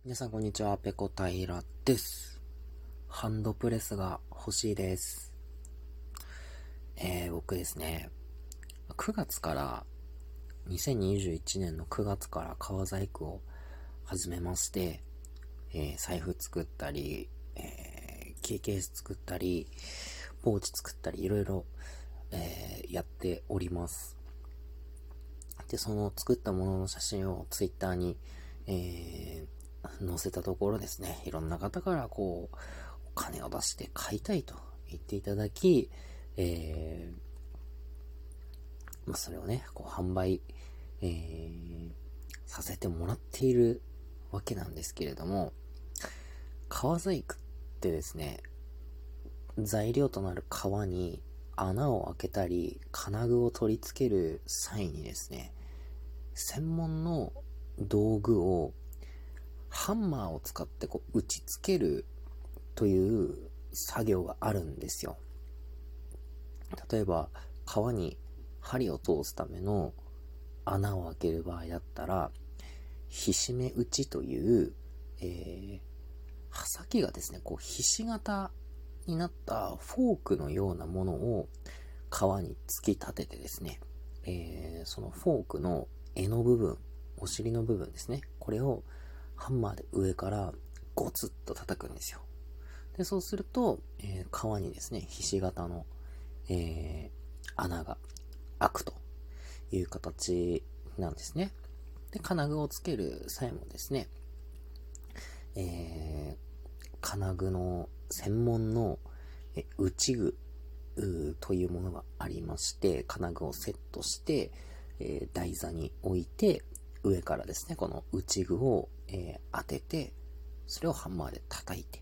皆さんこんにちは、ペコ平です。ハンドプレスが欲しいです。僕ですね、9月から、2021年の9月から革細工を始めまして、財布作ったり、キーケース作ったり、ポーチ作ったり、いろいろ、やっております。で、その作ったものの写真をツイッターに、載せたところですね、いろんな方からお金を出して買いたいと言っていただき、それをね、販売、させてもらっているわけなんですけれども、革細工ってですね、材料となる革に穴を開けたり、金具を取り付ける際にですね、専門の道具をハンマーを使って打ち付けるという作業があるんですよ。例えば革に針を通すための穴を開ける場合だったら、ひしめ打ちという、刃先がですね、ひし形になったフォークのようなものを革に突き立ててですね、そのフォークの柄の部分、お尻の部分ですね、これをハンマーで上からゴツッと叩くんですよ。で、そうすると、革にですね、ひし形の、穴が開くという形なんですね。で、金具をつける際もですね、金具の専門の内具というものがありまして、金具をセットして、台座に置いて、上からですね、この内具を、当てて、それをハンマーで叩いて、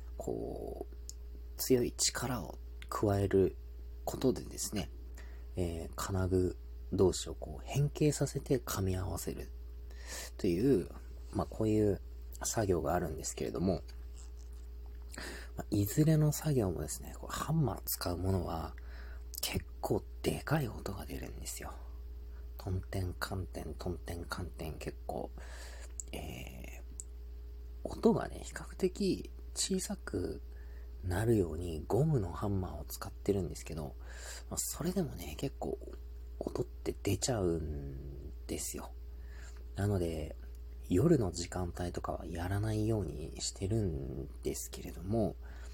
強い力を加えることでですね、金具同士を変形させて噛み合わせるという、こういう作業があるんですけれども、いずれの作業もですね、ハンマー使うものは結構でかい音が出るんですよ。トンテンカンテン、トンテンカンテン、結構、音がね、比較的小さくなるようにゴムのハンマーを使ってるんですけど、それでもね、結構音って出ちゃうんですよ。なので、夜の時間帯とかはやらないようにしてるんですけれども、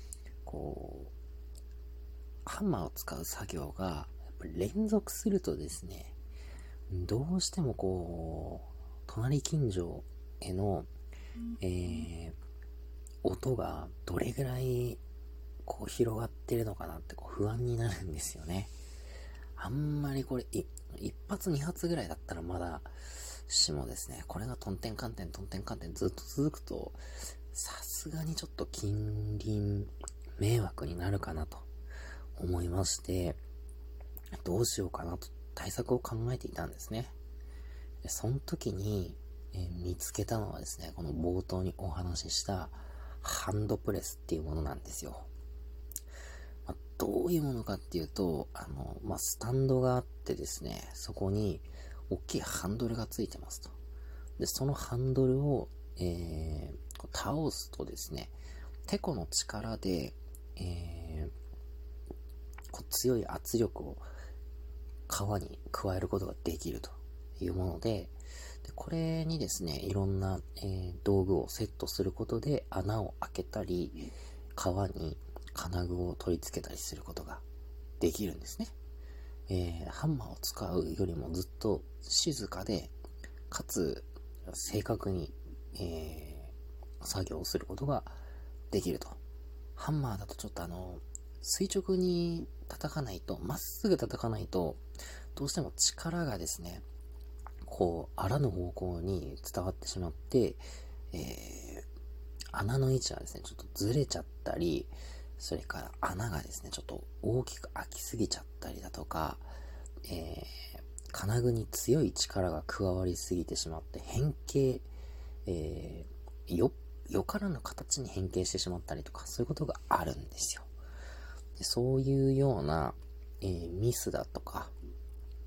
ハンマーを使う作業がやっぱり連続するとですね、どうしても隣近所への、音がどれぐらい広がってるのかなって不安になるんですよね。あんまりこれ一発二発ぐらいだったらまだしもですね、これがトンテンカンテントンテンカンテンずっと続くと、さすがにちょっと近隣迷惑になるかなと思いまして、どうしようかなと対策を考えていたんですね。でその時に、見つけたのはですね、この冒頭にお話ししたハンドプレスっていうものなんですよ。どういうものかっていうと、スタンドがあってですね、そこに大きいハンドルがついてますと。で、そのハンドルを、倒すとですね、テコの力で、強い圧力を革に加えることができるというもので、これにですね、いろんな、道具をセットすることで穴を開けたり、革に金具を取り付けたりすることができるんですね。ハンマーを使うよりもずっと静かで、かつ正確に、作業をすることができると。ハンマーだとちょっと垂直に叩かないと、まっすぐ叩かないと、どうしても力がですね、あらぬ方向に伝わってしまって、穴の位置がですね、ちょっとずれちゃったり、それから穴がですね、ちょっと大きく開きすぎちゃったりだとか、金具に強い力が加わりすぎてしまって変形、よからぬ形に変形してしまったりとか、そういうことがあるんですよ。でそういうような、ミスだとか、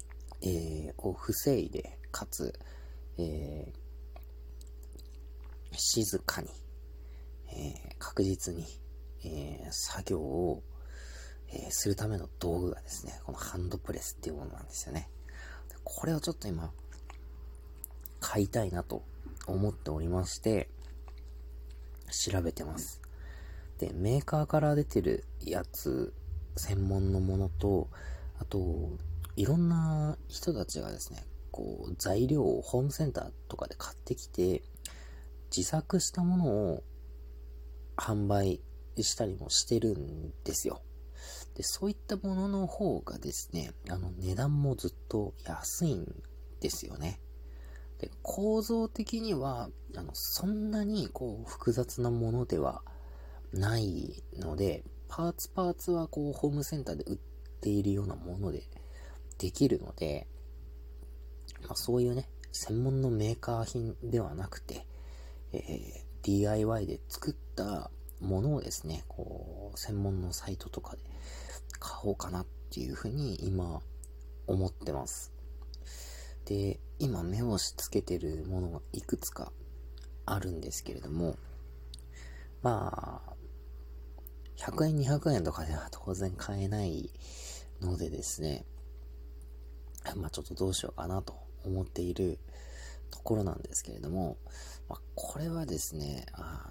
を防いで、かつ、 静かに、確実に、作業を、するための道具がですね、このハンドプレスっていうものなんですよね。これをちょっと今、買いたいなと思っておりまして、調べてます。で、メーカーから出てるやつ、専門のものと、あと、いろんな人たちがですね、こう、材料をホームセンターとかで買ってきて、自作したものを販売したりもしてるんですよ。で、そういったものの方がですね、値段もずっと安いんですよね。で、構造的には、そんなにこう、複雑なものではないので、パーツはこう、ホームセンターで売っているようなものでできるので、そういうね、専門のメーカー品ではなくて、DIY で作ったものをですね、こう、専門のサイトとかで買おうかなっていうふうに今思ってます。で、今目星つけてるものがいくつかあるんですけれども、100円200円とかでは当然買えないのでですね、ちょっとどうしようかなと思っているところなんですけれども、これはですね、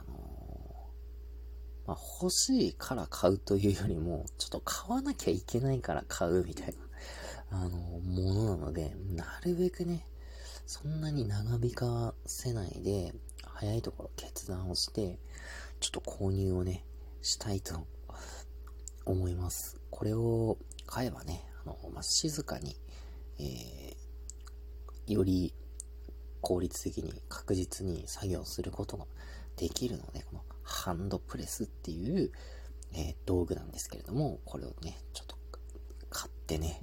欲しいから買うというよりも、ちょっと買わなきゃいけないから買うみたいな、ものなので、なるべくね、そんなに長引かせないで、早いところ決断をして、ちょっと購入をね、したいと思います。これを買えばね、静かに、より効率的に確実に作業することができるので、このハンドプレスっていう、道具なんですけれども、これをね、ちょっと買ってね、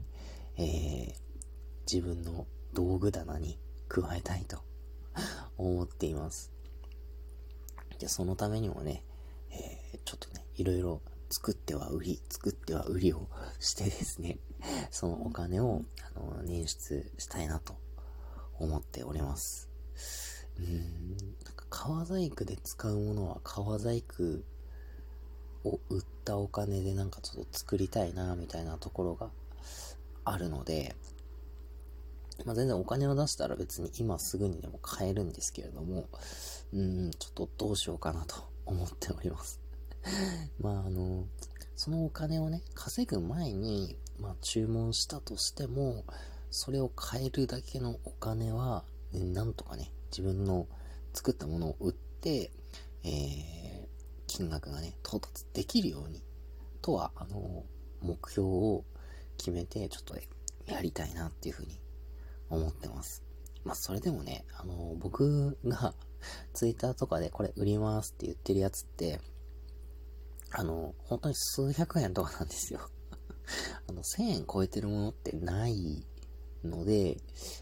自分の道具棚に加えたいと思っています。で、そのためにもね、ちょっとね、いろいろ作っては売りをしてですね、そのお金を、捻出したいなと思っております。なんか革細工で使うものは革細工を売ったお金でなんかちょっと作りたいなみたいなところがあるので、全然お金を出したら別に今すぐにでも買えるんですけれども、ちょっとどうしようかなと思っております。そのお金をね、稼ぐ前に、注文したとしても、それを買えるだけのお金は、なんとかね、自分の作ったものを売って、金額がね、到達できるように、とは、目標を決めて、ちょっとやりたいなっていうふうに思ってます。それでもね、僕が、ツイッターとかでこれ売りますって言ってるやつって、本当に数百円とかなんですよ。1000円超えてるものってないので、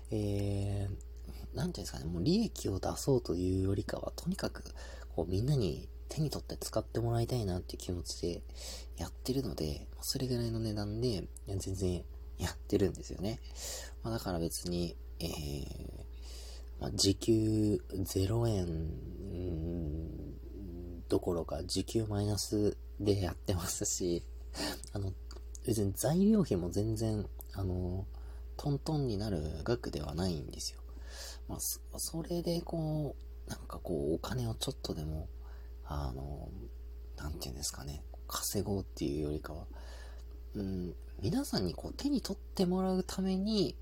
なんていうんですかね、もう利益を出そうというよりかは、とにかく、こう、みんなに手に取って使ってもらいたいなっていう気持ちでやってるので、それぐらいの値段で、全然やってるんですよね。だから別に、時給0円、どころか時給マイナスでやってますし、別に材料費も全然、トントンになる額ではないんですよ。それでこう、なんかこう、お金をちょっとでも、なんていうんですかね、稼ごうっていうよりかは、皆さんにこう手に取ってもらうために、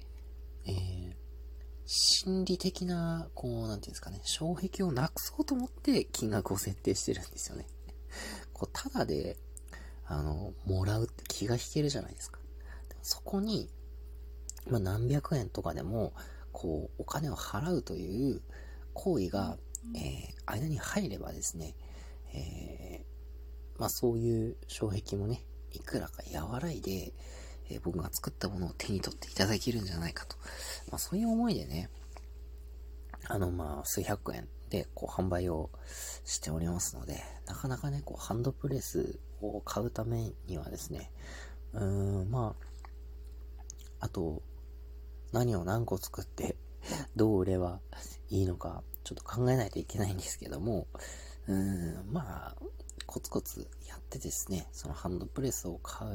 心理的な、こう、なんていうんですかね、障壁をなくそうと思って金額を設定してるんですよね。こう、ただで、もらうって気が引けるじゃないですか。そこに、何百円とかでも、こう、お金を払うという行為が、間に入ればですね、そういう障壁もね、いくらか和らいで、僕が作ったものを手に取っていただけるんじゃないかと。そういう思いでね、数百円で、こう、販売をしておりますので、なかなかね、こう、ハンドプレスを買うためにはですね、あと、何を何個作って、どう売ればいいのか、 ちょっと考えないといけないんですけども、まあ、コツコツやってですね、そのハンドプレスを買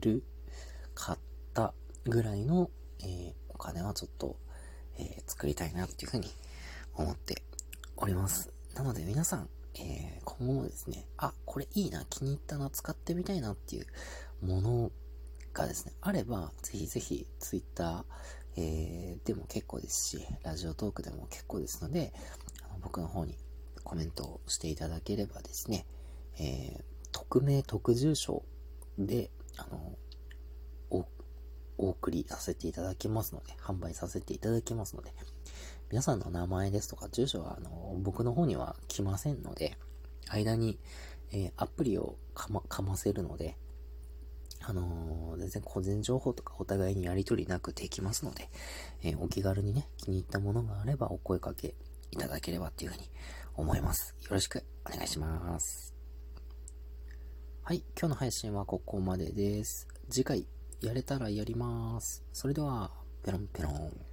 ったぐらいの、お金はちょっと、作りたいなっていうふうに思っております。なので皆さん、今後もですね、これいいな、気に入ったな、使ってみたいなっていうものがですね、あれば、ぜひぜひ Twitter、でも結構ですし、ラジオトークでも結構ですので、僕の方にコメントをしていただければですね、匿名特住所で、お送りさせていただきますので、販売させていただきますので、皆さんの名前ですとか住所は僕の方には来ませんので、間に、アプリをかませるので、全然個人情報とかお互いにやり取りなくできますので、お気軽にね、気に入ったものがあればお声かけいただければっていうふうに思います。よろしくお願いします。はい、今日の配信はここまでです。次回やれたらやります。それでは、ペロンペロン。